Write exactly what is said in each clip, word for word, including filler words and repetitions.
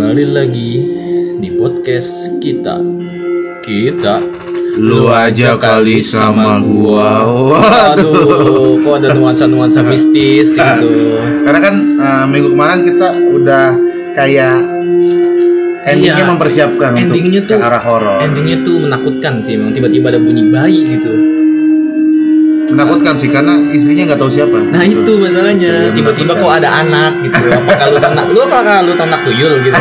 Kembali lagi di podcast kita. Kita Lu aja kali sama gua. Waduh, kok ada nuansa-nuansa mistis gitu. Karena kan uh, minggu kemarin kita udah kayak endingnya Iya, mempersiapkan endingnya untuk tuh, ke arah horor. Endingnya tuh menakutkan sih, memang tiba-tiba ada bunyi bayi gitu. Menakutkan sih karena istrinya nggak tahu siapa. Nah itu masalahnya, Iya, tiba-tiba kok menakutkan. ada anak gitu. Apakah lu ternak, lu apakah lu ternak tuyul gitu?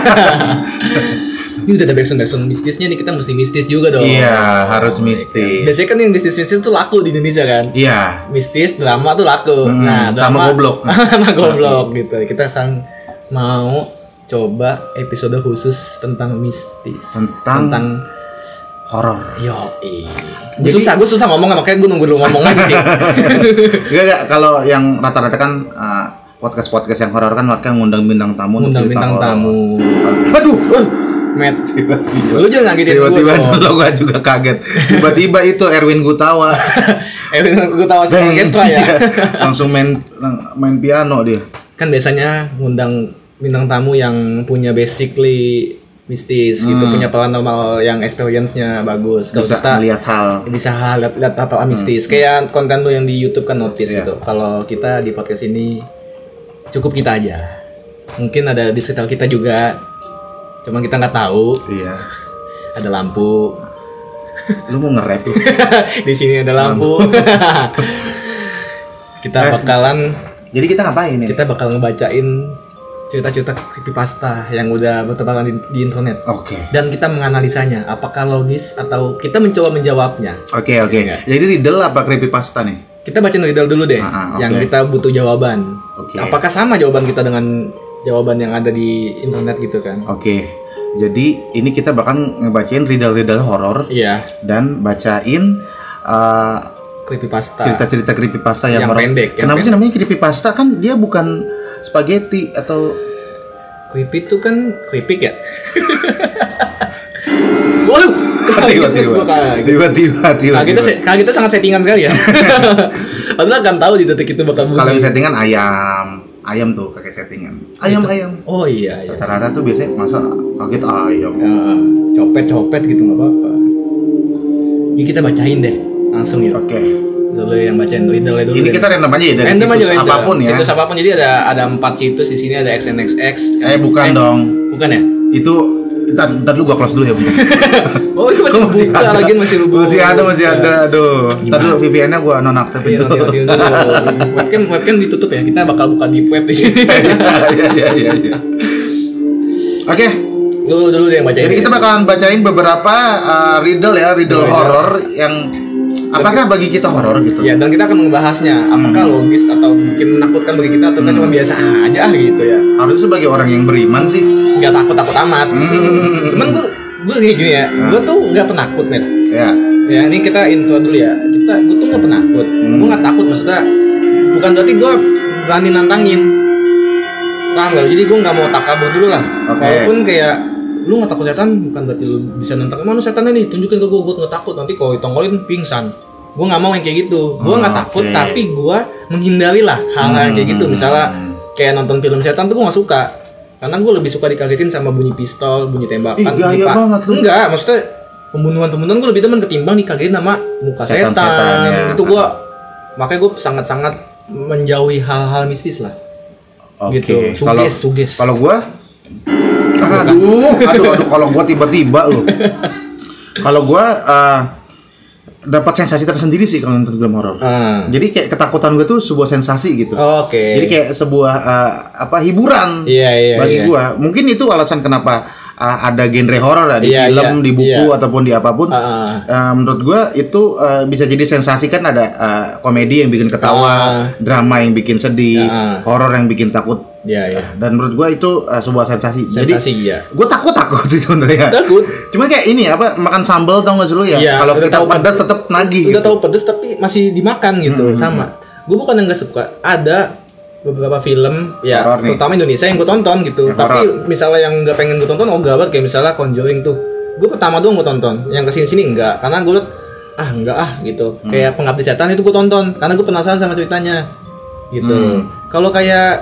Ini udah ada backsound-backsound mistisnya nih, kita mesti mistis juga dong. Iya, harus mistis. Biasanya kan yang mistis-mistis tuh laku di Indonesia kan. Iya. Mistis, drama tuh laku. Hmm, nah, sama drama, goblok. sama goblok gitu. Kita sang mau coba episode khusus tentang mistis, Tentang, tentang horor. yo, Jadi- susah, gue susah ngomong, makanya gue nunggu lu ngomong lagi sih. Enggak enggak kalau yang rata-rata kan uh, podcast-podcast yang horor kan mereka ngundang bintang tamu untuk Undang cerita bintang horor. tamu. Aduh, uh, Matt, tiba-tiba. lu jangan ngagetin gue Tiba-tiba dong. dulu gua juga kaget. Tiba-tiba itu Erwin Gutawa. Eh, gue tahu sama orkestra ya. Iya, langsung main main piano dia. Kan biasanya ngundang bintang tamu yang punya basically mistis gitu, Hmm. punya paranormal yang experience-nya bagus. Kalau Bisa kita melihat hal. bisa lihat-lihat atau mistis. Kayak konten lu yang di YouTube kan notice Iya. gitu. Kalau kita di podcast ini cukup kita aja. Mungkin ada di sekitar kita juga. Cuma kita nggak tahu. Iya. Ada lampu. Lu mau nge-rap lu? Di sini ada lampu. Kita Eh. bakalan Jadi kita ngapain ini? kita bakal ngebacain cerita-cerita creepypasta yang udah bertebaran di, di internet. Oke. Dan kita menganalisanya, apakah logis atau kita mencoba menjawabnya. Oke, oke. Iya. Jadi riddle apa creepypasta nih? Kita bacain riddle dulu deh, Ah, ah, yang oke. kita butuh jawaban. Oke. Apakah sama jawaban kita dengan jawaban yang ada di internet gitu kan? Oke. Jadi ini kita bakal ngebacain riddle-riddle horor Iya, dan bacain uh, creepypasta. cerita-cerita creepypasta yang, Yang horor. pendek, yang Kenapa sih pendek. namanya creepypasta? Kan dia bukan spaghetti atau Creepy itu kan creepy ya? Waduh, tiba-tiba Gua kaget. tiba-tiba tiba-tiba. Nah, kita, se- kalau kita sangat settingan sekali ya. Padahal kan tahu di detik itu bakal bunyi. Kalau yang settingan ayam, ayam tuh pakai settingan. Ayam ayam. Oh iya, iya. Rata-rata tuh biasanya masa kaget ayam. Ya, copet-copet gitu nggak apa-apa. Ini kita bacain deh langsung ya. Oke. Dulu yang bacain riddle dulu. Ini deh. kita random aja ya dari Random aja, situs random. apapun ya. Situs apapun, jadi ada ada empat situs di sini, ada X N X X. Eh bukan dong. Bukan ya? Itu ntar, ntar dulu gua close dulu ya. Bu. Oh itu masih Masih buka ada. lagi, masih lu buka. Masih ada, masih ada. Aduh. Ntar dulu V P N-nya gua nonaktifin Iya, dulu. nanti nanti dulu. Webcam webcam ditutup ya. Kita bakal buka deep web di sini. Iya iya iya iya. Oke. Dulu dulu deh yang bacain. Jadi kita bakalan bacain beberapa uh, riddle ya, riddle Riddle. horor yang apakah bagi kita horor gitu. Ya, dan kita akan membahasnya. Apakah Hmm. logis atau mungkin menakutkan bagi kita atau kan cuma biasa aja ah, gitu ya. Harusnya sebagai orang yang beriman sih. Nggak takut-takut amat. Hmm. Cuman gue gue kayak gini ya. Gue tuh nggak penakut, Met. Ya. Ya ini kita intro dulu ya. Kita gue tuh nggak penakut. Hmm. Gue nggak takut, maksudnya bukan berarti gue berani nantangin. Paham nggak? Jadi gue nggak mau takabur dulu lah. Oke. Walaupun kayak lu nggak takut setan, bukan berarti lu bisa nantang. Mana setannya nih? Tunjukin ke gue. Gue nggak takut. Nanti kalau ditongolin pingsan. Gue nggak mau yang kayak gitu. Gue nggak Oke. takut, tapi gue menghindari lah hal-hal yang kayak gitu. Hmm. Misalnya kayak nonton film setan tuh gue nggak suka. Karena gue lebih suka dikagetin sama bunyi pistol, bunyi tembakan. Ih, gaya Pak. banget lu. Enggak, maksudnya pembunuhan-pembunuhan gue lebih demen ketimbang dikagetin sama muka setan. Setan-setan, ya. Itu gue makanya gue sangat-sangat menjauhi hal-hal mistis lah. Oke. Gitu. Kalau Suges, suges. kalau gua aduh, aduh aduh kalau gua tiba-tiba loh. Kalau gua uh, dapat sensasi tersendiri sih kalau nonton film horor. Ah. Jadi kayak ketakutan gue tuh sebuah sensasi gitu. Oke. Jadi kayak sebuah uh, apa hiburan Iya, iya, bagi iya. gua. Mungkin itu alasan kenapa uh, ada genre horor ya, di Iya, film, iya, di buku iya. ataupun di apapun. Ah, ah. Uh, menurut gua itu uh, bisa jadi sensasi kan ada uh, komedi yang bikin ketawa, Ah. drama yang bikin sedih, Ah. horor yang bikin takut. Iya, iya. Dan menurut gua itu uh, sebuah sensasi. Sensasi Jadi ya. gue takut takut sih sebenarnya. Takut. Cuma kayak ini apa makan sambal tau gak sih lu ya? Iya, Kalau udah kita tahu pedas tetap nagih. Udah Gitu. tahu pedes tapi masih dimakan gitu, Hmm. sama. Gue bukan yang nggak suka. Ada beberapa film ya, Horor nih. terutama Indonesia yang gue tonton gitu. Yang Tapi horor. misalnya yang nggak pengen gue tonton, oh gawat, kayak misalnya Conjuring tuh. Gue pertama doang gue tonton. Yang kesini sini enggak, karena gue liat ah enggak ah gitu. Hmm. Kayak Pengabdi Setan itu gue tonton karena gue penasaran sama ceritanya gitu. Hmm. Kalau kayak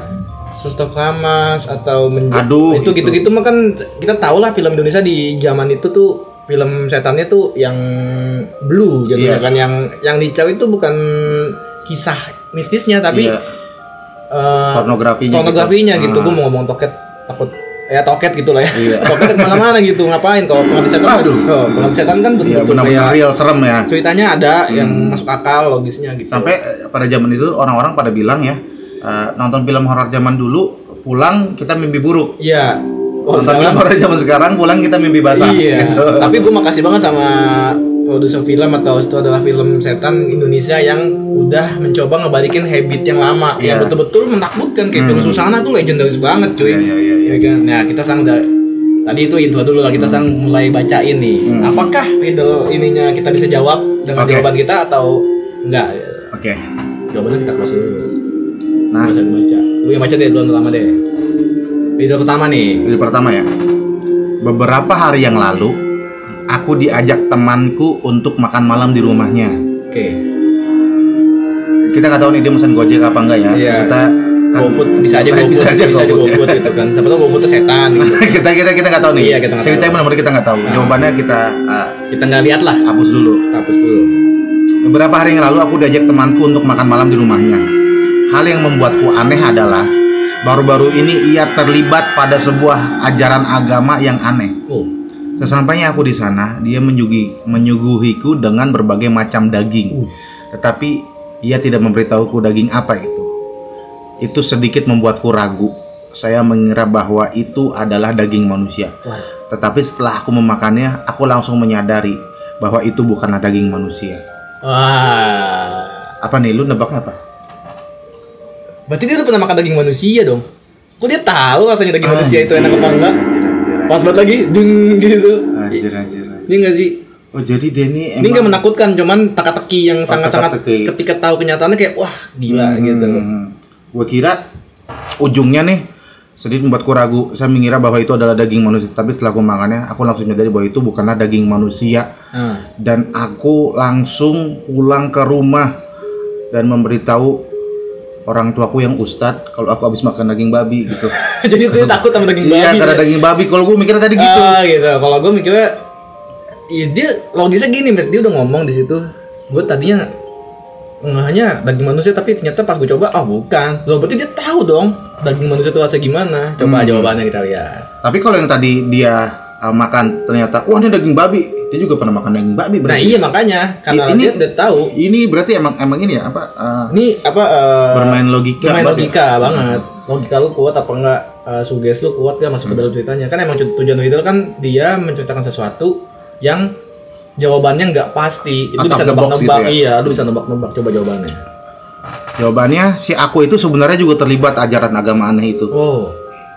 Sustok Hamas atau men- Aduh, itu itu. gitu-gitu mah kan kita tahu lah film Indonesia di zaman itu tuh film setannya tuh yang blue gitu Iya. ya kan yang yang dicari itu bukan kisah mistisnya tapi Iya. eh, Pornografinya pornografinya gitu. gitu. Ah. Gue mau ngomong toket takut ya toket gitu lah ya. Iya. Toket kemana-mana gitu ngapain kalau pengabdi setan kan, Aduh. oh, pengabdi setan kan Iya, betul-betul benar-benar kayak real serem ya. ceritanya ada yang masuk akal logisnya gitu. Sampai eh, pada zaman itu orang-orang pada bilang ya, eh, nonton film horor zaman dulu pulang kita mimpi buruk. Iya. Oh, Nonton film sekarang- horor zaman sekarang pulang kita mimpi basah. Iya. Gitu. Tapi gue makasih banget sama produser film atau sutradara film setan Indonesia yang udah mencoba ngebalikin habit yang lama Iya. yang betul-betul menakutkan kayak film Susana tuh legendaris banget cuy. Iya, iya, iya, iya. Ya kan? Nah, kita sang udah tadi itu intro dulu lah kita sang mulai bacain nih. Hmm. Apakah riddle ininya kita bisa jawab dengan Oke. jawaban kita atau enggak? Oke. Jawabannya kita close dulu. Nah, Masa baca. Lu yang baca deh duluan pertama deh. Riddle pertama nih. jadi pertama ya. Beberapa hari yang lalu aku diajak temanku untuk makan malam di rumahnya. Oke. Kita nggak tahu nih dia pesan Gojek apa enggak ya. Iya. Kita kan- GoFood bisa aja GoFood, bisa aja GoFood, ya. GoFood gitu kan. Siapa tahu GoFood itu setan gitu. kita kita kita nggak tahu nih. Iya, kita nggak Ceritanya tahu. benar-benar kita nggak tahu. Nah. Jawabannya kita uh, Kita nggak lihat lah. hapus dulu. Hapus dulu. Beberapa hari yang lalu aku diajak temanku untuk makan malam di rumahnya. Hal yang membuatku aneh adalah baru-baru ini ia terlibat pada sebuah ajaran agama yang aneh. Oh. Sesampainya aku di sana, dia menyugi, menyuguhiku dengan berbagai macam daging. Uh. Tetapi ia tidak memberitahuku daging apa itu. Itu sedikit membuatku ragu. Saya mengira bahwa itu adalah daging manusia. Wah. Tetapi setelah aku memakannya, aku langsung menyadari bahwa itu bukanlah daging manusia. Wah. Apa nih, lu nebaknya apa? Berarti dia tuh pernah makan daging manusia dong. Kok dia tahu rasanya daging Ah, manusia itu enak apa enggak? Pas banget lagi, dung gitu. Anjir, anjir, anjir. Ini enggak sih? Oh, jadi dia ini Ini nggak emang menakutkan, cuman teka-teki yang Oh, sangat-sangat teka-teki. ketika tahu kenyataannya kayak wah gila gitu. Gue kira ujungnya nih sedikit membuatku ragu. Saya mengira bahwa itu adalah daging manusia, tapi setelah aku makannya, aku langsung menyadari bahwa itu bukanlah daging manusia. Nah. Dan aku langsung pulang ke rumah dan memberitahu orang tuaku yang ustadz kalau aku habis makan daging babi gitu. Jadi dia takut sama daging babi. Iya, karena ya? daging babi. Kalau gue mikirnya tadi gitu. Ah, gitu. Kalau gue mikirnya, ya dia logisnya gini, Met. Dia udah ngomong di situ. Gue tadinya ngehnya daging manusia, tapi ternyata pas gue coba, oh bukan. Loh, berarti dia tahu dong daging manusia itu rasanya gimana. Coba Hmm. jawabannya kita lihat. Tapi kalau yang tadi dia uh, makan ternyata, wah ini daging babi. Dia juga pernah makan daging babi. Nah berarti. iya makanya, karena ini dia udah tahu. Ini berarti emang emang ini ya apa? uh, Ini apa? eh, bermain logika. bermain banget logika ya? banget. Logika lu kuat apa enggak? Uh, suges lu kuat ya masuk ke dalam ceritanya. Kan emang tu- tujuan riddle kan dia menceritakan sesuatu yang jawabannya nggak pasti. Itu Out bisa of the box nebak-nebak. gitu ya? Iya, lu bisa nebak-nebak. Coba jawabannya. Jawabannya si aku itu sebenarnya juga terlibat ajaran agama aneh itu. Oh.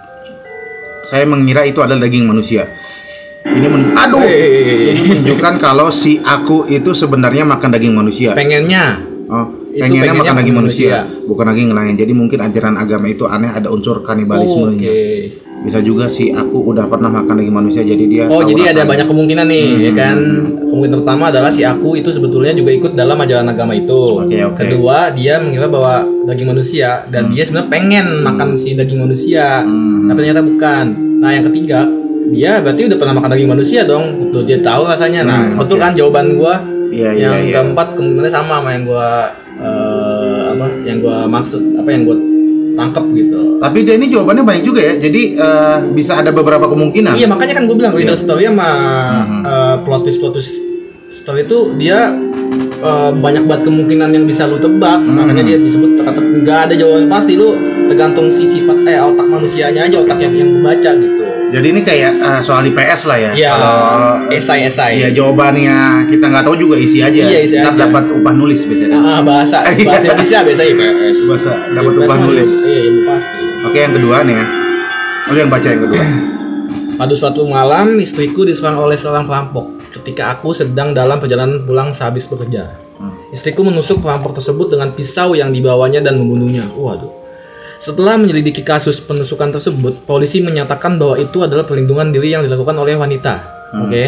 Saya mengira itu adalah daging manusia. Ini men aduh. Hey. Ini menunjukkan kalau si aku itu sebenarnya makan daging manusia. Pengennya. Oh, Itu pengennya pengennya makan daging manusia. manusia, bukan daging lain. Jadi mungkin ajaran agama itu aneh, ada unsur Oh, kanibalismenya. Oke. Bisa juga si aku udah pernah makan daging manusia, jadi dia Oh, tahu jadi ada rasanya. banyak kemungkinan nih, Hmm. ya kan? Kemungkinan pertama adalah si aku itu sebetulnya juga ikut dalam ajaran agama itu. Oke, oke. Kedua, dia mengira bahwa daging manusia dan dia sebenarnya pengen makan si daging manusia, Hmm. tapi ternyata bukan. Nah, yang ketiga, dia berarti udah pernah makan daging manusia dong. Tuh, dia tahu rasanya. Nah, Hmm, betul oke. kan jawaban gua? Iya, iya, Yang iya. keempat kemungkinannya sama sama yang gua eh, apa? Yang gua maksud, apa yang gua tangkep gitu. Tapi dia ini jawabannya banyak juga ya. Jadi eh, bisa ada beberapa kemungkinan. Iya makanya kan gue bilang riddle Iya. story sama Mhm. uh, plot twist plot twist story itu dia uh, banyak banget kemungkinan yang bisa lu tebak. Mhm. Makanya dia disebut teka-teki, nggak ada jawaban pasti, lu tergantung si sifat eh otak manusianya aja, otak yang yang membaca gitu. Jadi ini kayak eh, soal I P S lah ya. Iya, Kalau esai-esai. Iya, jawabannya kita nggak tahu juga isi aja. Iya, isi Ntar aja. dapat upah nulis biasanya. Ah, bahasa Iya. bahasa Indonesia biasa I P S. Bahasa dapat I P S upah mah nulis. Iya, ilmu pasti. Oke, yang kedua nih ya. Lu yang baca yang kedua. Pada suatu malam, istriku diserang oleh seorang perampok ketika aku sedang dalam perjalanan pulang sehabis bekerja. Hmm. Istriku menusuk perampok tersebut dengan pisau yang dibawanya dan membunuhnya. Waduh. Setelah menyelidiki kasus penusukan tersebut, polisi menyatakan bahwa itu adalah perlindungan diri yang dilakukan oleh wanita. Hmm. Oke.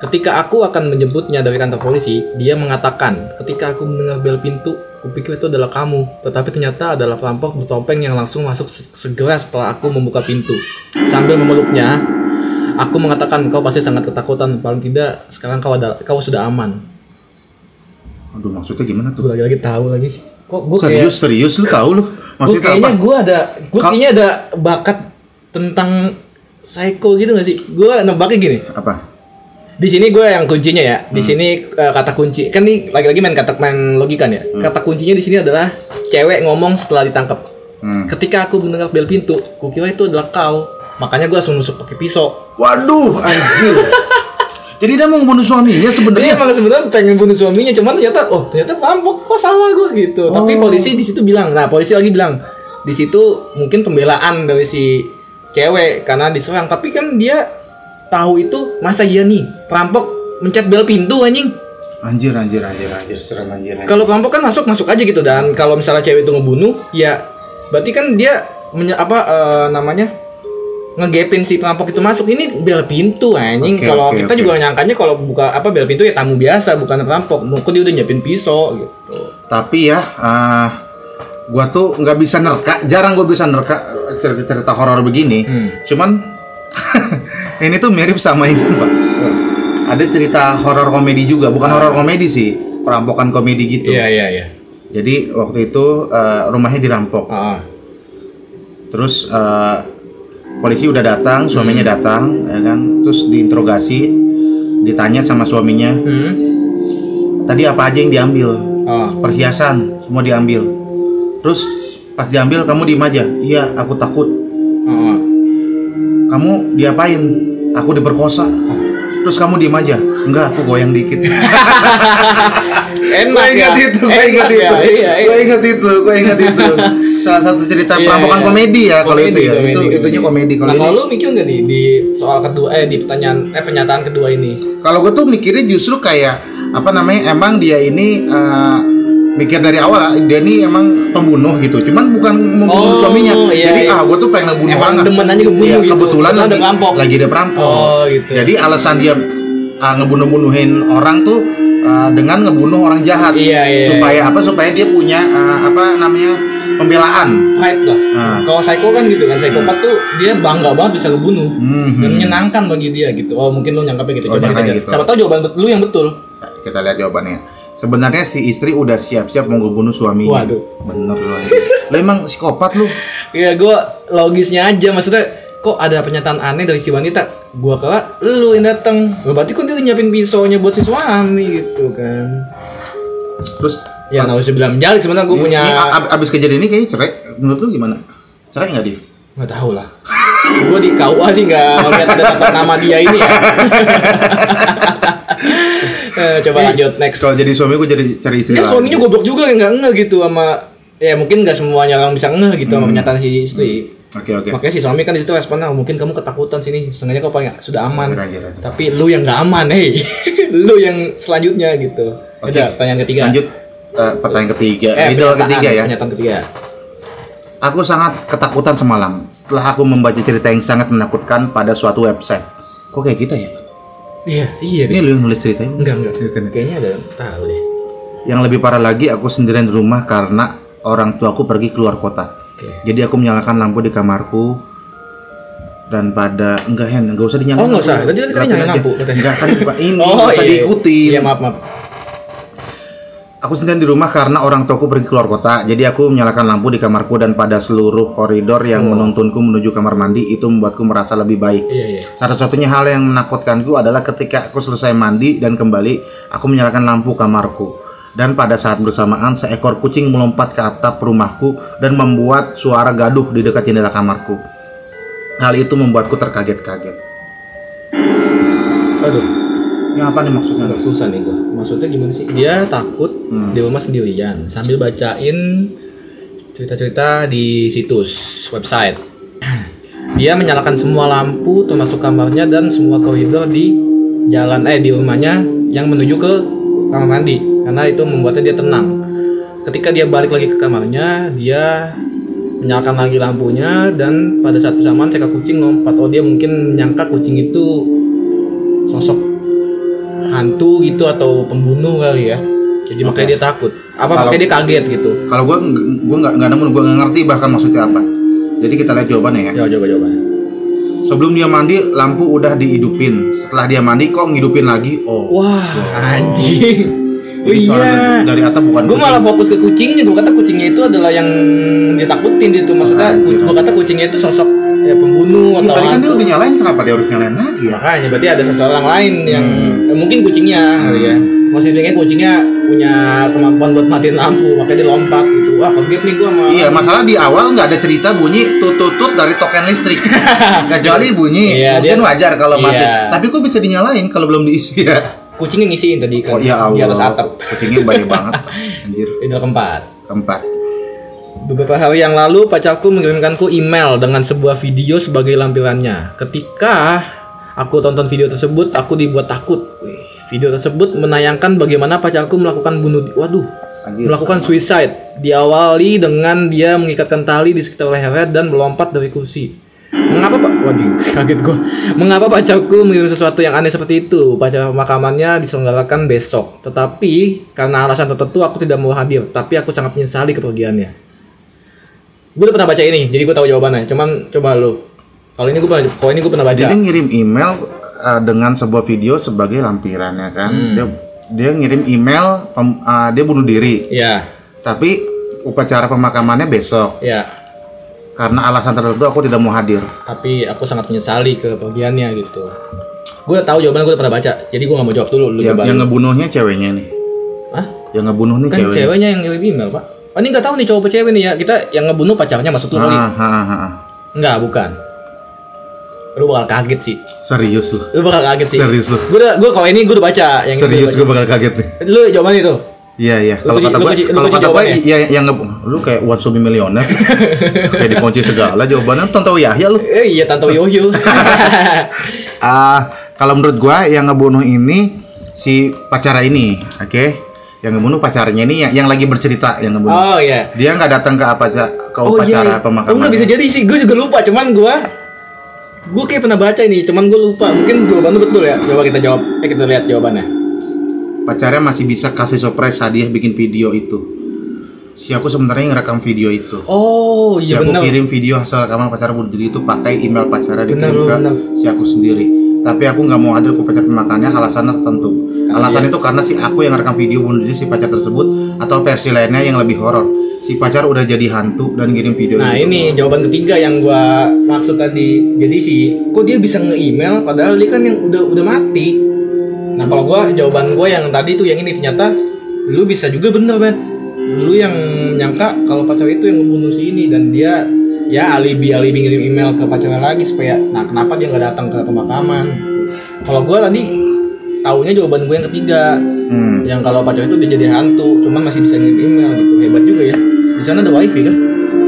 Ketika aku akan menjemputnya dari kantor polisi, dia mengatakan, ketika aku mendengar bel pintu, kupikir itu adalah kamu. Tetapi ternyata adalah perampok bertopeng yang langsung masuk segera setelah aku membuka pintu. Sambil memeluknya, aku mengatakan, kau pasti sangat ketakutan. Paling tidak, sekarang kau ada, kau sudah aman. Aduh, maksudnya gimana tuh? Gue lagi-lagi tahu lagi. Kok gue serius, kayak, serius lu tahu lu? Maksudnya kayaknya apa? Gue ada, gue kayaknya ada bakat tentang psycho gitu nggak sih? Gue nebaknya gini. Apa? Di sini gue yang kuncinya ya. Di hmm. sini uh, kata kunci kan nih lagi-lagi main kata main logika ya. Hmm. Kata kuncinya di sini adalah cewek ngomong setelah ditangkap. Hmm. Ketika aku mendengar bel pintu, kukira itu adalah kau. Makanya gue langsung nusuk pakai pisau. Waduh, anjir. Jadi dia mau membunuh suaminya sebenarnya. Dia emang sebenarnya pengen bunuh suaminya, cuman ternyata oh ternyata perampok, kok salah gue gitu. Oh. Tapi polisi di situ bilang, nah polisi lagi bilang di situ mungkin pembelaan dari si cewek karena diserang. Tapi kan dia tahu itu, masa iya nih perampok mencet bel pintu anjing. Anjir anjir anjir anjir serem anjir. anjir. Kalau perampok kan masuk masuk aja gitu, dan kalau misalnya cewek itu ngebunuh ya berarti kan dia menye- apa uh, namanya ngegepin si perampok itu masuk. Ini bel pintu anjing. Okay, kalau okay, kita okay. juga nyangkanya kalau buka apa bel pintu ya tamu biasa bukan perampok. Mungkin dia udah nyiapin pisau gitu. Tapi ya uh, gua tuh nggak bisa nerka, jarang gua bisa nerka cerita-cerita horor begini. Hmm. Cuman ini tuh mirip sama ini Pak. Ada cerita horor komedi juga, bukan ah. horor komedi sih, perampokan komedi gitu. Iya iya iya. Jadi waktu itu uh, rumahnya dirampok. Ah. Terus uh, polisi udah datang, suaminya hmm. datang, ya kan? Terus diinterogasi, ditanya sama suaminya, hmm. tadi apa aja yang diambil? Ah. Perhiasan semua diambil. Terus pas diambil kamu diem aja. Iya, aku takut. Ah. Kamu diapain? Aku diperkosa. Terus kamu diem aja. Enggak, aku goyang dikit. Enak ya. Itu, gue ingat itu. Gue iya, iya. ingat itu. Gue ingat itu. Salah satu cerita iya, perampokan iya. komedi ya kalau itu ya. Komedi, itu komedi. Itunya komedi. Kalau nah, lu mikir nggak nih di soal kedua eh di pertanyaan eh pernyataan kedua ini? Kalau gue tuh mikirnya justru kayak apa namanya? Emang dia ini uh, mikir dari awal dia ini emang pembunuh gitu, cuman bukan membunuh oh, suaminya. Iya, jadi iya. ah gue tuh pengen ngebunuh emang banget. Demen aja ngebunuh ya, gitu. Kebetulan lagi ada perampok. lagi ada perampok. Oh, gitu. Jadi alasan dia uh, ngebunuh-bunuhin orang tuh uh, dengan ngebunuh orang jahat. Iya, iya, supaya iya. apa? Supaya dia punya uh, apa namanya pembelaan. Right lah. Nah. Kalau psycho kan gitu kan, psikopat tuh dia bangga banget bisa ngebunuh mm-hmm. dan menyenangkan bagi dia gitu. Oh mungkin lu nyangkapnya gitu. Oh, Coba kita gitu. Siapa tahu jawaban lu yang betul. Nah, kita lihat jawabannya. Sebenarnya si istri udah siap-siap mau ngebunuh suaminya. Waduh. Bener lu. Lu emang psikopat lu. Iya, gua logisnya aja. Maksudnya kok ada pernyataan aneh dari si wanita. Gua kira lu yang datang. Berarti kok dia nyiapin pisaunya buat si suami gitu kan. Terus ya nggak usah bilang menjalik. Sebenarnya gua punya ini, ab- abis kejadian ini kayaknya cerai. Menurut lu gimana? Cerai nggak dia? Nggak tahu lah. Gua di K U A sih nggak ngeliat ada tentang nama dia ini ya. Eh, coba eh, lanjut next. Kalau jadi suami gue jadi cari istri. Ya suaminya goblok juga nggak ngeh gitu sama ya mungkin nggak semuanya orang bisa ngeh gitu hmm. sama pernyataan si istri. Oke okay, oke. Okay. Makanya si suami kan di situ responnya oh, mungkin kamu ketakutan sini. Setengahnya kau paling sudah aman. Raja, raja. Tapi lu yang nggak aman, hei. Lu yang selanjutnya gitu. Oke. Okay. Pertanyaan ketiga. Lanjut uh, pertanyaan ketiga. Eh, Idol ketiga ya. Pernyataan ketiga. Aku sangat ketakutan semalam setelah aku membaca cerita yang sangat menakutkan pada suatu website. Kok kayak kita ya? Iya, iya. Ini lu yang nulis ceritanya? Enggak, enggak. Kayaknya ada tahu deh. Yang lebih parah lagi, aku sendirian di rumah karena orang tuaku pergi keluar kota. Okay. Jadi aku menyalakan lampu di kamarku dan pada enggak Hen, enggak usah dinyalakan. Oh, enggak usah. Tadi kan nyalakan lampu katanya. Enggak kan ini oh, enggak usah iya. diikuti. Iya, maaf, maaf. Aku sendirian di rumah karena orang tuaku pergi keluar kota. Jadi aku menyalakan lampu di kamarku dan pada seluruh koridor yang oh. menuntunku menuju kamar mandi itu membuatku merasa lebih baik. Iya, iya. Satu-satunya hal yang menakutkanku adalah ketika aku selesai mandi dan kembali, aku menyalakan lampu kamarku. Dan pada saat bersamaan seekor kucing melompat ke atap rumahku dan membuat suara gaduh di dekat jendela kamarku. Hal itu membuatku terkaget-kaget. Aduh. Ini apa nih maksudnya? Agak susah nih gua. Maksudnya gimana sih? Dia takut hmm. di rumah sendirian sambil bacain cerita-cerita di situs website. Dia menyalakan semua lampu termasuk kamarnya dan semua koridor di jalan eh di rumahnya yang menuju ke kamar mandi karena itu membuatnya dia tenang. Ketika dia balik lagi ke kamarnya, dia menyalakan lagi lampunya dan pada saat bersamaan seekor kucing lompat. Oh, dia mungkin menyangka kucing itu sosok hantu gitu atau pembunuh kali ya. Jadi makanya Okay. dia takut. Apa Kalau- makanya dia kaget gitu. Kalau gue gue nggak nggak nemu, gue nggak ngerti bahkan maksudnya apa. Jadi kita lihat jawabannya ya. Coba coba jawabannya. Sebelum dia mandi lampu udah dihidupin. Setelah dia mandi kok ngidupin lagi. Oh. Wah, anjing. Oh Jadi suara iya. dari, dari atap bukan. Gue malah fokus ke kucingnya. Gue kata kucingnya itu adalah yang ditakutin itu. Maksudnya Anjir. gue kata kucingnya itu sosok ya pembunuh Iya, atau tadi kan dia hantu. udah nyalain, kenapa dia harus nyalain lagi ya? Makanya berarti ada seseorang lain yang Hmm. eh, mungkin kucingnya kali ya. Maksudnya kucingnya punya kemampuan buat matiin lampu, makanya dia lompat gitu. Wah, kaget nih gue sama. Iya, masalah di awal nggak ada cerita bunyi tutut-tut dari token listrik. Kecuali bunyi, Iya, mungkin dia- wajar kalau mati. iya. Tapi kok bisa dinyalain kalau belum diisi ya? Kucingnya ngisiin tadi kan Oh iya di Allah. atas atap. Kucingnya banyak banget. Anjir. Ini keempat. Keempat. Beberapa hari yang lalu pacarku mengirimkanku email dengan sebuah video sebagai lampirannya. Ketika aku tonton video tersebut, aku dibuat takut. Wih, video tersebut menayangkan bagaimana pacarku melakukan bunuh di- waduh, Anjir. melakukan suicide. Diawali dengan dia mengikatkan tali di sekitar lehernya dan melompat dari kursi. Mengapa Pak? Waduh, kaget gua. Mengapa pacarku mengirim sesuatu yang aneh seperti itu? Upacara pemakamannya diselenggarakan besok. Tetapi karena alasan tertentu aku tidak mau hadir. Tapi aku sangat menyesali kepergiannya. Gue udah pernah baca ini, jadi gue tahu jawabannya. Cuman coba lu. Kalau ini gue pernah, kalau ini gue pernah baca. Jadi ngirim email uh, dengan sebuah video sebagai lampirannya kan. Hmm. Dia dia ngirim email pem- uh, dia bunuh diri. Ya, Tapi upacara pemakamannya besok. ya. Karena alasan tertentu aku tidak mau hadir. Tapi aku sangat menyesali kepergiannya gitu. Gue udah tahu jawabannya, gue udah pernah baca. Jadi gue gak mau jawab dulu. Lu Yang, coba. yang ngebunuhnya ceweknya nih. Hah? Yang ngebunuh nih Kan ceweknya. ceweknya yang ngirim email, Pak. Oh, ini gak tahu nih cowok apa cewek nih ya. Kita yang ngebunuh pacarnya maksud lu kali. Ah, ah, ah, ah. Enggak, bukan. Lu bakal kaget sih. Serius lu. Lu bakal kaget sih. Serius lu. Gue udah, gue kalau ini gue udah baca yang itu Serius udah gue bakal kaget nih. baca. Lu jawabannya itu. Iya iya. Lu Kalau kunci- kata lu gue, kunci- lu kalau kunci kata gue, jawabannya. ya yang nge, lu kayak One Sumi Millionaire. Kayak dikunci segala jawabannya. Tonton Yahya lu. Eh iya, Tanto Yohyo. Ah, kalau menurut gue yang ngebunuh ini si pacara ini, oke? Yang ngebunuh pacarnya ini yang, yang lagi bercerita yang ngebunuh. Oh iya. Dia nggak datang ke apa ke Oh upacara iya. pemakaman. Oh nggak bisa jadi sih. Gue juga lupa. Cuman gue gue kayak pernah baca ini. Cuman gue lupa. Mungkin jawaban lu betul ya. Coba kita jawab. Eh kita lihat jawabannya. Pacarnya masih bisa kasih surprise hadiah bikin video itu. Si aku sebenarnya ngerekam video itu. Oh Si iya aku benar. kirim video hasil rekaman pacar bunuh diri itu pakai email pacarnya Benar, dikirim ke benar. si aku sendiri. Tapi aku nggak mau hadir ke upacara pemakamannya alasannya tertentu. Alasan itu karena si aku yang ngerekam video bunuh diri si pacar tersebut atau versi lainnya yang lebih horor. Si pacar udah jadi hantu dan ngirim video Nah itu. ini jawaban ketiga yang gue maksud tadi. Jadi sih, kok dia bisa nge-email padahal dia kan yang udah udah mati. Nah kalau gue jawaban gue yang tadi tuh yang ini ternyata lu bisa juga bener Ben. Lu yang nyangka kalau pacar itu yang ngebunuh si ini dan dia ya alibi alibi ngirim email ke pacarnya lagi supaya nah kenapa dia nggak datang ke pemakaman. Kalau gue tadi taunya jawaban gue yang ketiga Hmm. yang kalau pacar itu dia jadi hantu cuman masih bisa ngirim email gitu. Hebat juga ya. Di sana ada wifi kan?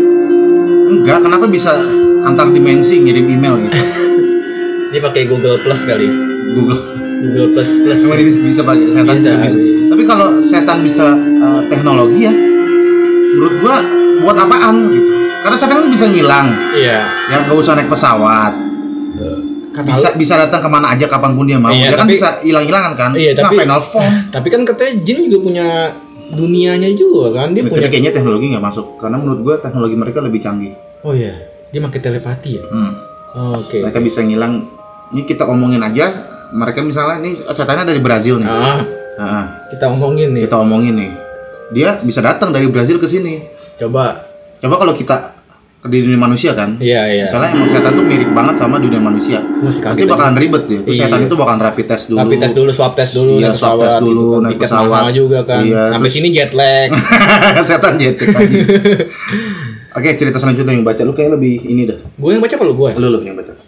Enggak, kenapa bisa antar dimensi ngirim email gitu? Dia pakai Google Plus kali. Google. Google Plus Plus. Emang ini bisa pakai setan Bisa, juga bisa. iya. Tapi kalau setan bisa uh, teknologi ya, menurut gua buat apaan gitu? Karena setan kan bisa ngilang, Iya. ya nggak usah naik pesawat. Bisa bisa datang kemana aja kapanpun dia mau. Iya, dia kan tapi- bisa hilang-hilangan kan. Iya, tapi- Ngapain nelfon? Tapi kan katanya jin juga punya dunianya juga kan. Dia Tapi punya. kayaknya teknologi nggak masuk karena menurut gua teknologi mereka lebih canggih. Oh iya. Dia pakai telepati ya. Hmm. Oh, Oke. Mereka bisa ngilang. Ini kita omongin aja. Mereka misalnya ini setannya dari Brazil nih. Ah, Nah, kita ngomongin nih. kita omongin nih. Dia bisa datang dari Brazil ke sini. Coba. Coba kalau kita di dunia manusia kan, Iya iya. misalnya emang setan tuh mirip banget sama dunia manusia. Masih kaget Pasti aja. bakalan ribet ya. Terus Iya. setan itu bakalan rapid test dulu. Rapid test dulu, swab test dulu, Iya, naik swab pesawat test dulu, gitu kan. naik Tiket pesawat. mahal juga kan. Iya, Sampai terus- sini jet lag. Setan jetek tadi. Oke, cerita selanjutnya yang baca lu kayak lebih ini dah. Gue yang baca apa lu gue? Lu lu yang baca.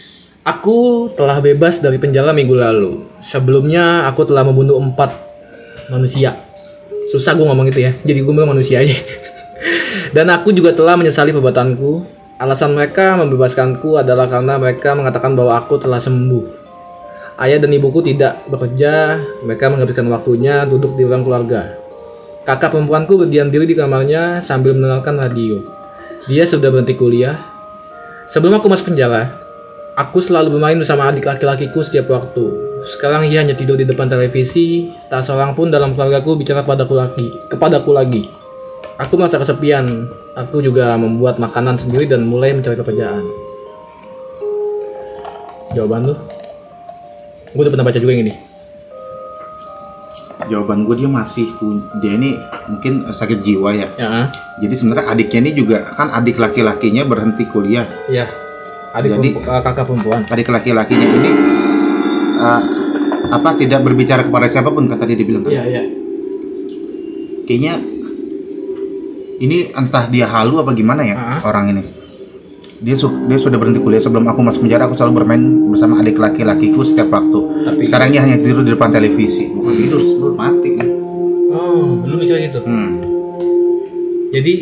Aku telah bebas dari penjara minggu lalu. Sebelumnya aku telah membunuh empat manusia. Susah gue ngomong itu ya. Jadi gue bilang manusia aja. Dan aku juga telah menyesali perbuatanku. Alasan mereka membebaskanku adalah karena mereka mengatakan bahwa aku telah sembuh. Ayah dan ibuku tidak bekerja. Mereka menghabiskan waktunya duduk di ruang keluarga. Kakak perempuanku berdiam diri di kamarnya sambil mendengarkan radio. Dia sudah berhenti kuliah. Sebelum aku masuk penjara, aku selalu bermain bersama adik laki-lakiku setiap waktu. Sekarang ia hanya tidur di depan televisi. Tak seorang pun dalam keluargaku bicara kepadaku lagi. Kepadaku lagi. Aku merasa kesepian. Aku juga membuat makanan sendiri dan mulai mencari pekerjaan. Jawaban lu? Gue udah pernah baca juga yang ini. Jawaban gue dia masih pun dia ini mungkin sakit jiwa ya. Ya. Jadi sebenarnya adiknya ini juga kan adik laki-lakinya berhenti kuliah. Iya. Adik Jadi, perempu- uh, kakak perempuan. Adik laki-lakinya ini uh, apa tidak berbicara kepada siapapun kan tadi dibilang kan. Iya, iya. Kayaknya ini entah dia halu apa gimana ya Uh-huh. orang ini. Dia su- dia sudah berhenti kuliah. Sebelum aku masuk penjara aku selalu bermain bersama adik laki-lakiku setiap waktu. Tapi- Sekarang dia hanya tidur di depan televisi. Bukan tidur, sebelum mati. Oh, lu mikir gitu. Hmm. Jadi,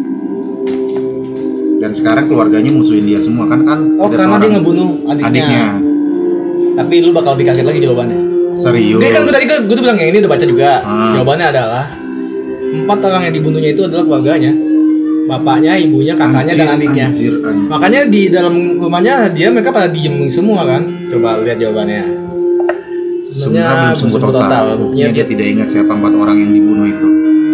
Dan sekarang keluarganya musuhin dia semua kan kan. oh tidak karena dia seorang ngebunuh adiknya. adiknya. Tapi lu bakal lebih kaget lagi jawabannya. Serius. Dia kan gue tadi gue, gue tuh bilang yang ini udah baca juga. Ah. Jawabannya adalah empat orang yang dibunuhnya itu adalah keluarganya, bapaknya, ibunya, kakaknya Anjir, dan adiknya. anjir, anjir. Makanya di dalam rumahnya dia mereka pada diem semua kan. Coba lihat jawabannya. Sebenarnya belum Sebenarnya sembuh sembuh total. total. Buktinya Buktinya dia tidak ingat siapa empat orang yang dibunuh itu.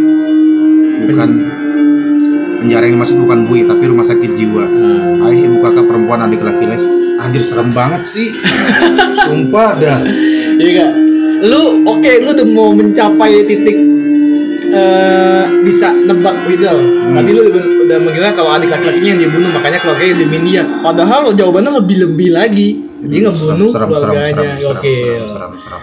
Bukan penjara yang masuk bukan bui tapi rumah sakit jiwa. Nah, Ayah, ibu, kakak, perempuan, adik laki-laki. Anjir serem banget sih. Sumpah dah. iya gak? Lu oke, lu udah mau mencapai titik eh bisa nebak gitu. Hmm. Tadi lu udah, udah mengira kalau adik laki-lakinya yang dibunuh, makanya keluarganya yang diemin dia. Padahal jawabannya lebih-lebih lagi. Dia ngebunuh Serem, serem, keluarganya. serem, serem, Oke. serem, serem, serem.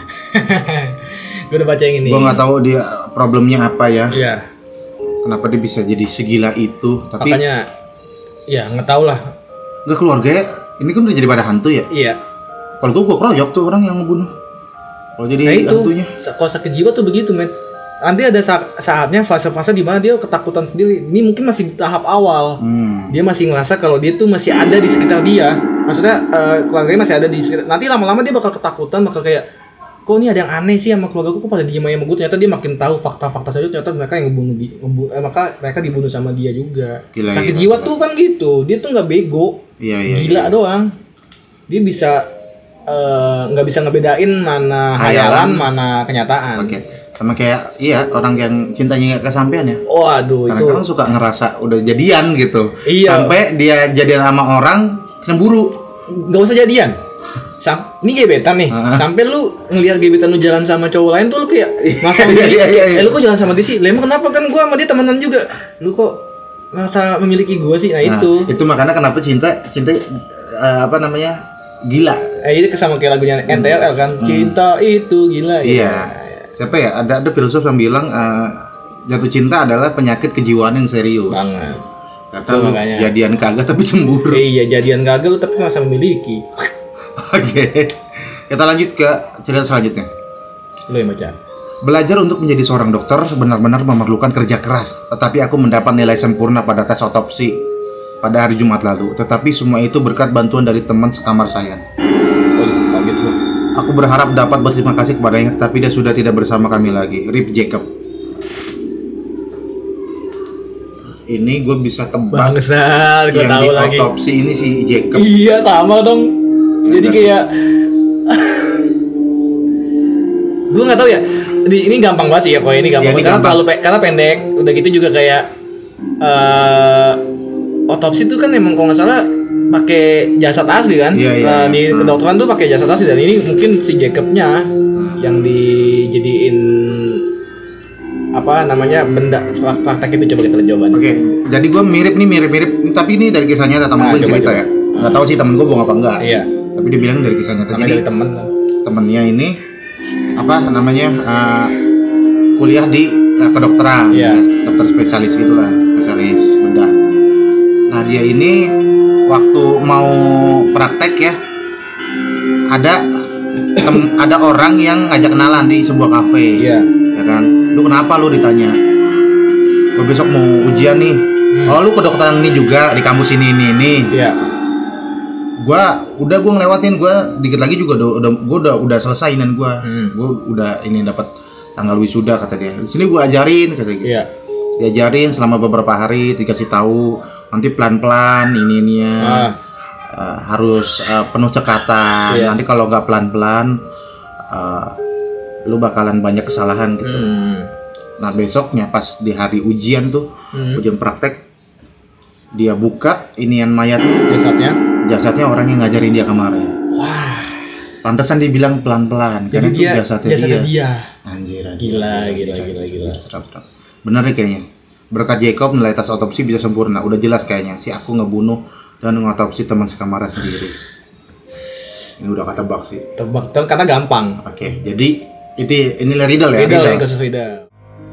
Gue udah baca yang ini. Gua nggak tahu dia problemnya apa ya. Iya. Kenapa dia bisa jadi segila itu? Tapi Makanya ya nggak tahu lah. nggak keluarganya. Ini kan udah jadi pada hantu ya. Iya. Kalau gua gua keroyok tuh orang yang ngebunuh. Kalau jadi Nah itu, hantunya. sa- kalau sakit jiwa tuh begitu, men. Nanti ada sa- saatnya fase-fase di mana dia ketakutan sendiri. Ini mungkin masih di tahap awal. Hmm. Dia masih ngerasa kalau dia tuh masih ada di sekitar dia. Maksudnya eh, keluarganya masih ada di sekitar. Nanti lama-lama dia bakal ketakutan, bakal kayak, kok ini ada yang aneh sih sama keluarga gue, kok pada diem aja sama gue. Ternyata dia makin tahu fakta-fakta saja, ternyata mereka yang ngebunuh di, ngebu- eh, maka mereka dibunuh sama dia juga. Gila, Sakit iya. jiwa tuh kan gitu. Dia tuh nggak bego, Iya, iya. gila doang. Dia bisa eh, nggak bisa ngebedain mana hayalan, Hayalan. mana kenyataan. Oke. Sama kayak iya orang yang cintanya nggak kesampaian ya. Oh aduh itu. Kadang-kadang suka ngerasa udah jadian gitu. Iya. Sampai dia jadian sama orang cemburu. Nggak usah jadian. Sam, ini gebetan nih. Ah. Sampai lu ngelihat gebetan lu jalan sama cowok lain tuh lu kayak masa Iya, memiliki. iya, iya, iya. Eh lu kok jalan sama dia sih? Lah emang kenapa, kan gua sama dia temenan juga. Lu kok merasa memiliki gua sih? Nah, Nah, itu. itu makanya kenapa cinta cinta eh, apa namanya? Gila. Eh itu sama kayak lagunya N T L L kan. Cinta itu gila. Iya. Siapa ya? Ada ada filsuf yang bilang eh, jatuh cinta adalah penyakit kejiwaan yang serius. Banget. Karena Itu lu makanya. jadian kagak tapi cemburu. Eh, iya jadian gagal tapi merasa memiliki. Oke. Kita lanjut ke cerita selanjutnya. Lu yang baca. Belajar untuk menjadi seorang dokter benar-benar memerlukan kerja keras. Tetapi aku mendapat nilai sempurna pada tes otopsi pada hari Jumat lalu. Tetapi semua itu berkat bantuan dari teman sekamar saya. Waduh, kaget gua. Aku berharap dapat berterima kasih kepadanya, tetapi dia sudah tidak bersama kami lagi. Rip Jacob. Ini gue bisa tebak Bangsat, gua yang tahu di lagi. otopsi ini si Jacob. Iya, sama dong. Jadi kayak gue nggak tahu ya. Di- Ini gampang banget sih ya, kok ini gampang Iya, ini banget. Karena gampang. terlalu pe- karena pendek. Udah gitu juga kayak eh otopsi itu kan emang kalau nggak salah pakai jasad asli kan. Iya, iya, Eh, iya. di Hmm. kedokteran tuh pakai jasad asli, dan ini mungkin si Jacobnya yang dijadiin apa namanya benda praktek itu. Coba kita lihat jawabannya. Oke, jadi gue mirip nih mirip-mirip, tapi ini dari kisah nyata temen Nah, gue coba, cerita coba. ya. Nggak tahu sih temen gue bohong apa enggak. Iya. Tapi dia bilang dari kisah nyata. Namanya Jadi dari temen. temennya ini apa namanya eh, kuliah di eh, kedokteran, Iya. dokter spesialis gitulah, spesialis bedah. Nah dia ini waktu mau praktek ya, ada tem- ada orang yang ngajak kenalan di sebuah kafe, Iya. ya kan? Lu kenapa lu ditanya? Gue besok mau ujian nih. Hmm. Oh lu kedokteran ini juga di kampus ini ini ini. Iya. Gua udah gua ngelewatin, gua dikit lagi juga udah udah gua udah udah selesai dan gua Hmm. gua udah ini dapat tanggal wisuda kata dia. Di sini gua ajarin kata dia. Iya. Diajarin selama beberapa hari, dikasih tahu nanti pelan-pelan ini ini ya. Ah. Eh, harus eh, penuh cekatan. Iya. Nanti kalau nggak pelan-pelan uh, lu bakalan banyak kesalahan gitu. Hmm. Nah besoknya pas di hari ujian tuh, hmm. ujian praktek, dia buka inian mayat jasadnya, jasadnya orang yang ngajarin dia kemarin. Wah, pantesan dibilang pelan-pelan karena itu jasadnya, jasadnya dia. dia. Anjir, anjir, gila, gila, gila, gila. Serap, serap. Bener nih kayaknya. Berkat Jacob nilai tes otopsi bisa sempurna. Udah jelas kayaknya si aku ngebunuh dan mengotopsi teman sekamar sendiri. Ini udah ketebak sih. Tebak, karena gampang. Oke, okay, jadi itu ini riddle ya. Riddle, riddle. Kasus riddle.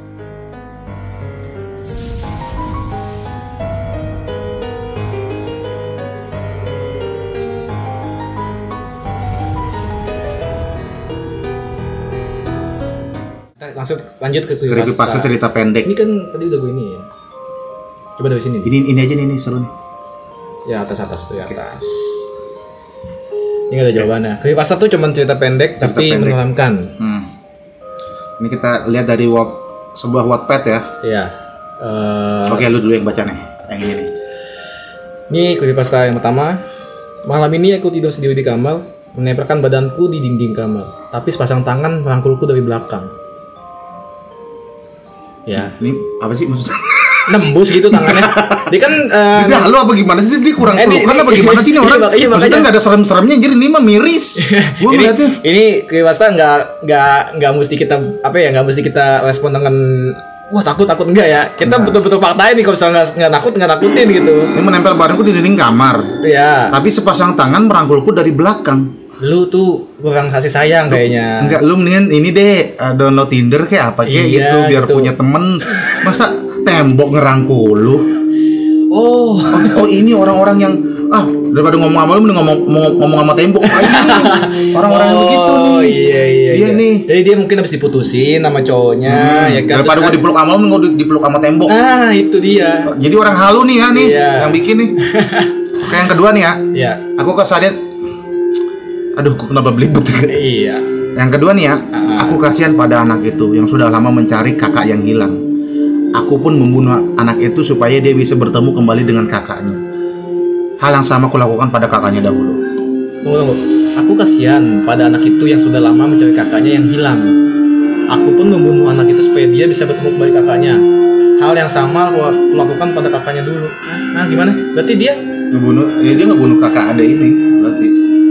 Langsung lanjut ke creepypasta cerita pendek. Ini kan tadi udah gue ini ya. Coba dari sini. Ini ini aja nih, nih seru nih. Ya atas atas tuh ya atas. Ini gak ada okay. jawabannya. Creepypasta tuh cuma cerita pendek cerita tapi menyeramkan. Hmm. Ini kita lihat dari web, sebuah Wattpad ya. Iya. Uh, Oke, okay, lu dulu yang baca nih. Yang ini nih. Ini creepypasta yang pertama. Malam ini aku tidur sendiri di kamar, menempelkan badanku di dinding kamar, tapi sepasang tangan merangkulku dari belakang. Ya. Ini apa sih maksudnya? Nembus gitu tangannya. Dia kan uh, dia lu apa gimana sih? Dia kurang eh, pelukan apa gimana sih ini orang? Iya, iya, maksudnya enggak ada serem-seremnya anjir, ini mah miris. Gua ngeliatnya. Ini creepypasta enggak enggak enggak mesti kita apa ya, enggak mesti kita respon dengan wah takut takut enggak ya. Kita nah. betul-betul faktain nih kalau misalnya enggak nakut enggak nakutin gitu. Ini menempel badanku di dinding kamar. Iya. Tapi sepasang tangan merangkulku dari belakang. Lu tuh kurang kasih sayang kayaknya. Enggak, lu mendingan ini deh download Tinder kayak apa kayak iya, gitu biar gitu. Punya temen. Masa tembok ngerangkul lu? Oh, oh, oh ini orang-orang yang ah daripada ngomong sama lu mending ngomong ngomong, ngomong sama tembok. Orang-orang yang oh, begitu nih. Oh iya iya. Iya nih. Jadi dia mungkin habis diputusin sama cowoknya hmm, ya kan. Daripada gua dipeluk sama lu mending gua dipeluk sama tembok. Ah, itu dia. Jadi orang halu nih ya nih iya. yang bikin nih. Kayak yang kedua nih ya. Iya. Aku kesadaran. Aduh, kok kenapa belibet? Iya. Yang kedua nih ya, uh-huh. aku kasihan pada anak itu yang sudah lama mencari kakak yang hilang. Aku pun membunuh anak itu supaya dia bisa bertemu kembali dengan kakaknya. Hal yang sama aku lakukan pada kakaknya dahulu. Tunggu, tunggu. Aku kasihan pada anak itu yang sudah lama mencari kakaknya yang hilang. Aku pun membunuh anak itu supaya dia bisa bertemu kembali kakaknya. Hal yang sama aku lakukan pada kakaknya dulu. Nah, gimana? Berarti dia ngebunuh? Ya dia ngebunuh kakak ada ini, berarti.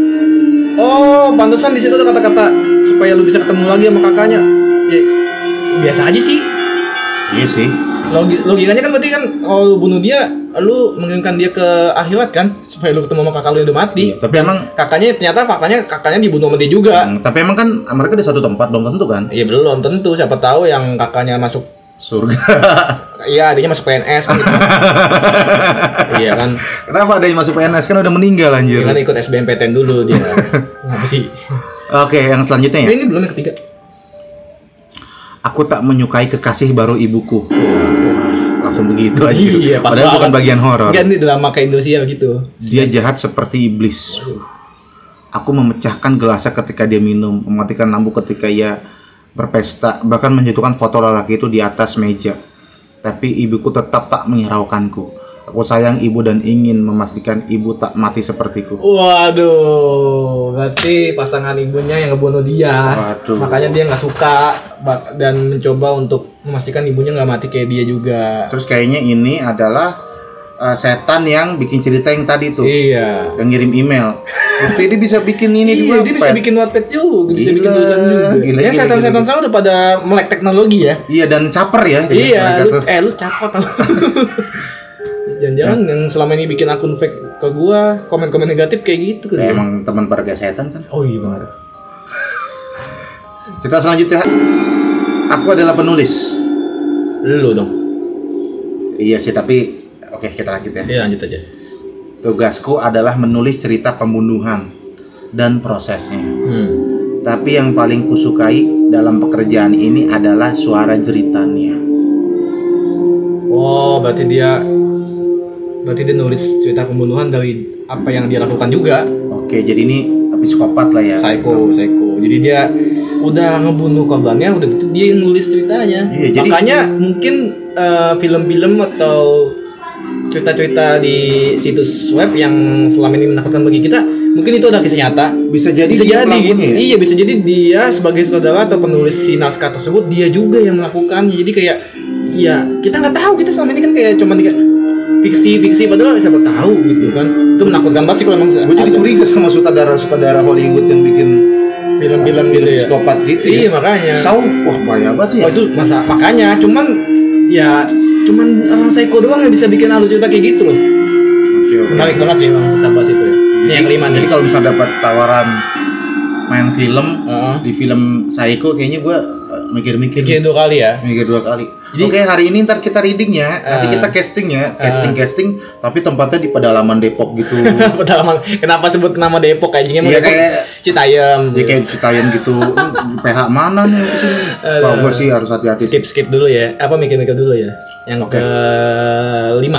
Oh, pantesan di situ ada kata-kata supaya lu bisa ketemu lagi sama kakaknya. Ya, biasa aja sih. Iya sih. Logi- logikanya kan berarti kan kalau lu bunuh dia, lu mengirimkan dia ke akhirat kan supaya lu ketemu sama kakak lu yang udah mati. Iya, tapi emang kakaknya ternyata faktanya kakaknya dibunuh sama dia juga. Hmm, tapi emang kan mereka di satu tempat belum tentu kan? Iya belum tentu. Siapa tahu yang kakaknya masuk surga. Iya, adanya masuk P N S kan gitu. Iya kan. Kenapa ada yang masuk P N S kan udah meninggal anjir. Dia kan ikut S B M P T N dulu dia. Kenapa sih? Oke, yang selanjutnya ya. Ini belum yang ketiga. Aku tak menyukai kekasih baru ibuku. Langsung begitu aja. Iya, padahal bukan bagian horor. Kan ini drama kayak Indonesia gitu. Dia jahat seperti iblis. Aku memecahkan gelasnya ketika dia minum, mematikan lampu ketika ia berpesta, bahkan menjatuhkan foto lelaki itu di atas meja. Tapi ibuku tetap tak menghiraukanku. Aku sayang ibu dan ingin memastikan ibu tak mati sepertiku. Waduh, berarti pasangan ibunya yang ngebunuh dia. Waduh. Makanya dia nggak suka dan mencoba untuk memastikan ibunya nggak mati kayak dia juga. Terus kayaknya ini adalah uh, setan yang bikin cerita yang tadi tuh. Iya. Yang ngirim email. Bukti dia bisa bikin ini iya, juga. Dia bisa bikin Wattpad juga, bisa gila, bikin tulisan juga. Gila, ya setan-setan sama udah pada melek teknologi ya. Iya dan caper ya. Iya, lu, eh lu cakot tau. Jangan-jangan ya. Yang selama ini bikin akun fake ke gua, komen-komen negatif kayak gitu kan. Ya, emang teman pada setan kan. Oh iya benar. Cerita selanjutnya. Aku adalah penulis. Lu dong. Iya sih, tapi oke kita lanjut ya. Iya lanjut aja. Tugasku adalah menulis cerita pembunuhan dan prosesnya. Hmm. Tapi yang paling kusukai dalam pekerjaan ini adalah suara jeritannya. Oh, berarti dia berarti dia nulis cerita pembunuhan dari apa yang dia lakukan juga. Oke, jadi ini psikopat lah ya. Psycho, psycho. Jadi dia udah ngebunuh korbannya, udah gitu dia nulis ceritanya. Iya, makanya jadi, mungkin uh, film-film atau cerita-cerita di situs web yang selama ini menakutkan bagi kita mungkin itu ada kisah nyata. Bisa jadi bisa dia jadi gitu. pelakunya ya? Iya, bisa jadi dia sebagai saudara atau penulis si naskah tersebut dia juga yang melakukannya. Jadi kayak ya kita nggak tahu, kita selama ini kan kayak cuma tiga fiksi-fiksi padahal siapa tahu gitu kan. Itu menakutkan banget sih kalau emang Gue jadi curiga sama sutradara-sutradara Hollywood yang bikin film-film gitu ya. Psikopat gitu. Iya ya. makanya. Saw, wah bahaya banget ya. Oh itu masa makanya cuman ya cuman orang psycho doang yang bisa bikin alur cerita kayak gitu loh. Oke, oke. Menarik banget sih emang kita bahas itu ya. Ini yang kelima nih. Jadi kalau misalnya dapat tawaran main film Uh-huh. di film Psycho, kayaknya gue mikir-mikir. Mikir dua kali ya. Mikir dua kali. Jadi- Oke, hari ini ntar kita readingnya, nanti Uh. kita castingnya, casting-casting, tapi tempatnya di pedalaman Depok gitu. Pedalaman. Kenapa sebut nama Depok kayaknya? Iya, Depok kayak- Citayam. Ya kayak di Citayam gitu. Hmm, P H mana nih ke sini? Wah, gue sih harus hati-hati. Skip skip dulu ya. Apa mikir-mikir dulu ya. Yang Oke. kelima.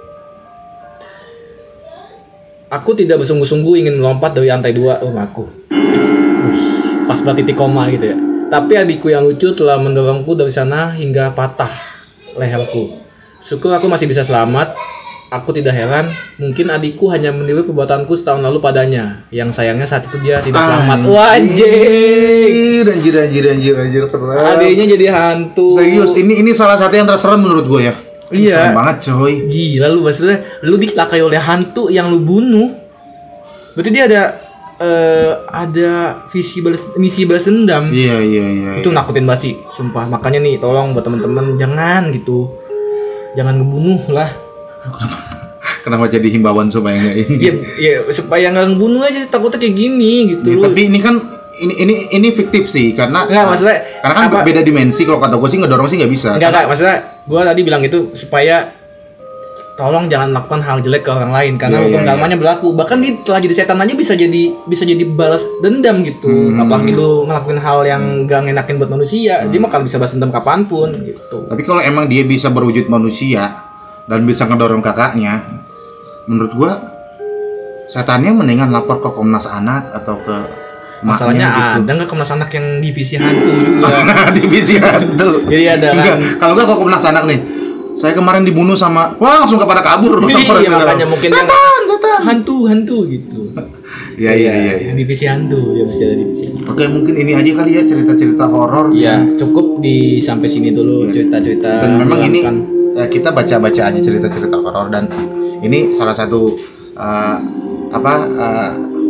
Aku tidak bersungguh-sungguh ingin melompat dari lantai dua rumahku. Wih, pas banget titik koma gitu ya. Tapi adikku yang lucu telah mendorongku dari sana hingga patah leherku. Syukur aku masih bisa selamat. Aku tidak heran, mungkin adikku hanya meniru perbuatanku setahun lalu padanya. Yang sayangnya saat itu dia tidak selamat. Wah, anjing. Anjir, anjir, anjir, anjir, serem. Adiknya jadi hantu. Serius, ini ini salah satu yang terserem menurut gue ya. Iya. Serem banget, coy. Gila lu, maksudnya lu dicelakai oleh hantu yang lu bunuh. Berarti dia ada eh, ada visi balas, misi balas dendam. Iya, iya, iya. Itu nakutin banget sih, sumpah. Makanya nih tolong buat teman-teman jangan gitu. Jangan ngebunuh lah. Kenapa jadi himbauan supaya nggak ini? Ya, ya supaya nggak ngebunuh aja, takutnya kayak gini gitu. Ya, Lu- tapi ini kan ini ini ini fiktif sih karena Nggak, maksudnya karena kan apa- beda dimensi. Kalau kata gue sih ngedorong sih nggak bisa. Enggak, enggak, maksudnya gue tadi bilang itu supaya tolong jangan lakukan hal jelek ke orang lain karena Iya, hukum iya, dharmanya berlaku. Bahkan dia telah jadi setan aja bisa jadi bisa jadi balas dendam gitu. Hmm. Apalagi lu ngelakuin hal yang gak ngenakin buat manusia, dia bakal bisa balas dendam kapanpun gitu. Tapi kalau emang dia bisa berwujud manusia dan bisa ngedorong kakaknya, menurut gua setannya mendingan lapor ke Komnas Anak atau ke Masalahnya maknya gitu. ada nggak Komnas Anak yang divisi hantu juga. Divisi hantu. Jadi ada kan. Enggak, kalau enggak ke Komnas Anak nih. Saya kemarin dibunuh sama, wah langsung kepada kabur. Iya, makanya mungkin yang setan, setan. hantu hantu gitu. Iya, iya, iya, iya. Divisi hantu, dia mesti ada divisi. Oke, mungkin ini aja kali ya cerita-cerita horor. Iya, cukup di sampai sini dulu cerita-cerita. Dan memang ini menyeramkan. eh, kita baca-baca aja cerita-cerita horor dan ini salah satu eh, apa eh,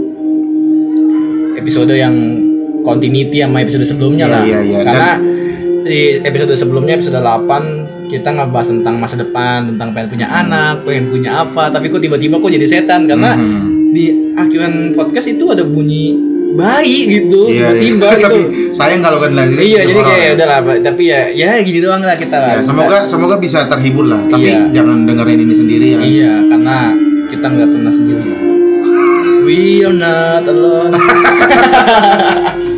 episode yang continuity sama episode sebelumnya Iya, lah. iya, iya. Karena di episode sebelumnya episode delapan kita ngebahas tentang masa depan, tentang pengen punya anak, pengen punya apa, tapi kok tiba-tiba kok jadi setan karena Mhm. di akhiran podcast itu ada bunyi bayi gitu, iya, tiba-tiba iya. gitu. Tapi sayang kalau kan lagi Iya, jadi kayak udah lah, tapi ya ya gini doang lah kita lah. ya, semoga semoga bisa terhibur lah. Tapi Iya. jangan dengerin ini sendiri ya. Iya, karena kita nggak pernah sendiri. We are not alone.